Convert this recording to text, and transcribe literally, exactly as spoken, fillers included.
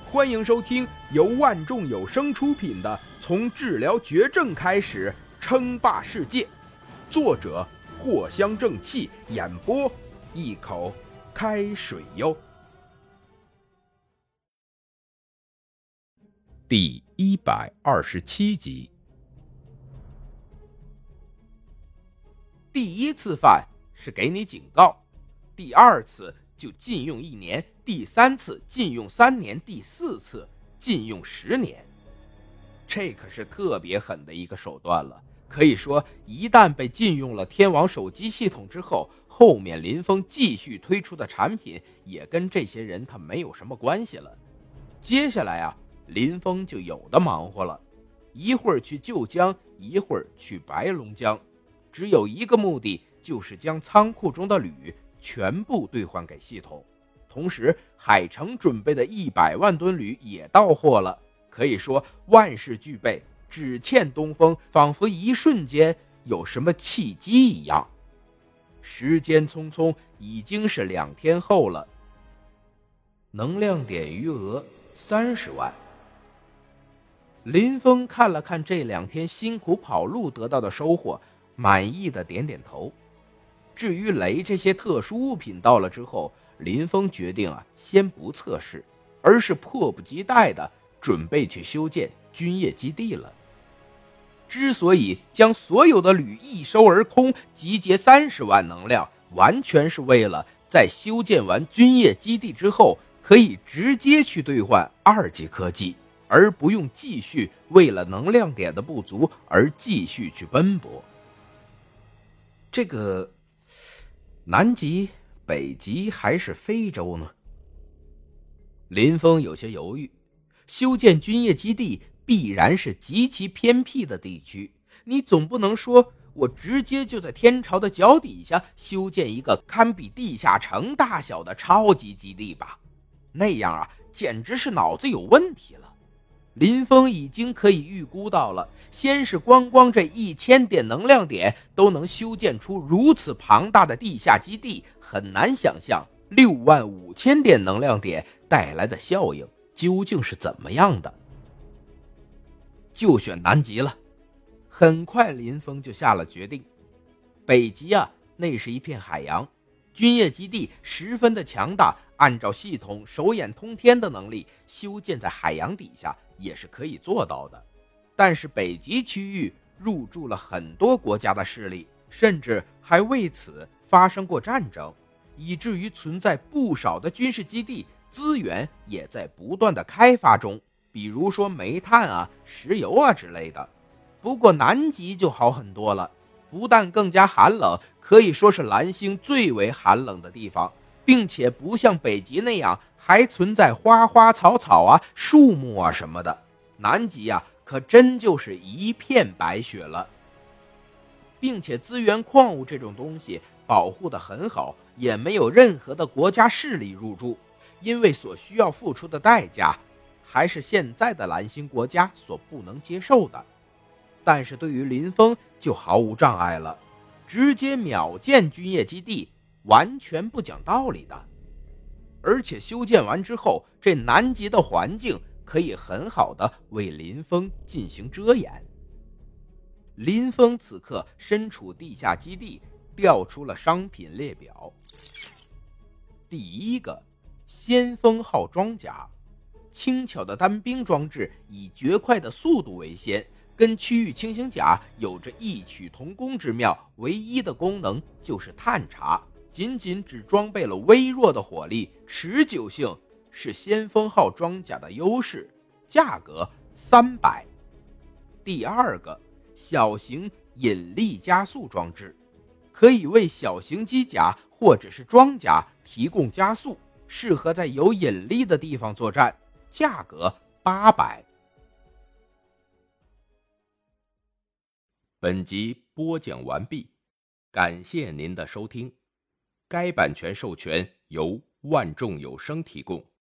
欢迎收听由万众有声出品的《从治疗绝症开始称霸世界》，作者藿香正气，演播一口开水哟。第一百二十七集。第一次犯是给你警告，第二次就禁用一年，第三次禁用三年，第四次禁用十年。这可是特别狠的一个手段了，可以说一旦被禁用了天网手机系统之后，后面林峰继续推出的产品也跟这些人他没有什么关系了。接下来啊，林峰就有的忙活了，一会儿去旧疆，一会儿去白龙江，只有一个目的，就是将仓库中的铝全部兑换给系统。同时海城准备的一百万吨铝也到货了，可以说万事俱备，只欠东风，仿佛一瞬间有什么契机一样。时间匆匆，已经是两天后了。能量点余额三十万。林峰看了看这两天辛苦跑路得到的收获，满意的点点头。至于雷这些特殊物品到了之后，林峰决定啊，先不测试，而是迫不及待的准备去修建军业基地了。之所以将所有的铝一收而空，集结三十万能量，完全是为了在修建完军业基地之后，可以直接去兑换二级科技，而不用继续为了能量点的不足而继续去奔波。这个南极、北极还是非洲呢？林峰有些犹豫。修建军业基地必然是极其偏僻的地区，你总不能说我直接就在天朝的脚底下修建一个堪比地下城大小的超级基地吧？那样啊，简直是脑子有问题了。林峰已经可以预估到了，先是光光这一千点能量点都能修建出如此庞大的地下基地，很难想象六万五千点能量点带来的效应究竟是怎么样的。就选南极了。很快林峰就下了决定。北极啊，那是一片海洋，军业基地十分的强大，按照系统手眼通天的能力，修建在海洋底下也是可以做到的。但是北极区域入驻了很多国家的势力，甚至还为此发生过战争，以至于存在不少的军事基地，资源也在不断的开发中，比如说煤炭啊、石油啊之类的。不过南极就好很多了，不但更加寒冷，可以说是蓝星最为寒冷的地方，并且不像北极那样还存在花花草草啊、树木啊什么的。南极啊，可真就是一片白雪了。并且资源矿物这种东西保护得很好，也没有任何的国家势力入驻，因为所需要付出的代价还是现在的蓝星国家所不能接受的。但是对于林峰就毫无障碍了，直接秒建军业基地，完全不讲道理的。而且修建完之后，这南极的环境可以很好的为林峰进行遮掩。林峰此刻身处地下基地，调出了商品列表。第一个，先锋号装甲，轻巧的单兵装置，以绝快的速度为先，跟区域轻型甲有着异曲同工之妙，唯一的功能就是探查，仅仅只装备了微弱的火力，持久性是先锋号装甲的优势，价格三百。第二个，小型引力加速装置，可以为小型机甲或者是装甲提供加速，适合在有引力的地方作战，价格八百。本集播讲完毕，感谢您的收听。该版权授权由万众有声提供。